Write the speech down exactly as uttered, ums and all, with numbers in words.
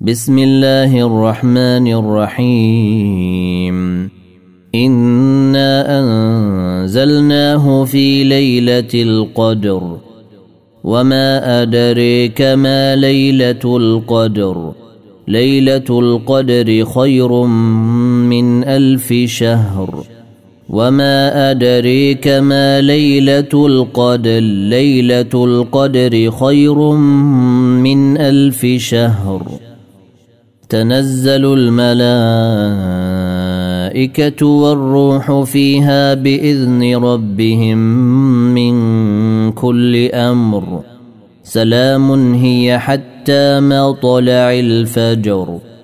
بسم الله الرحمن الرحيم إنا أنزلناه في ليلة القدر وما أدريك ما ليلة القدر ليلة القدر خير من ألف شهر وما أدريك ما ليلة القدر ليلة القدر خير من ألف شهر تنزل الملائكة والروح فيها بإذن ربهم من كل أمر سلام هي حتى مطلع الفجر.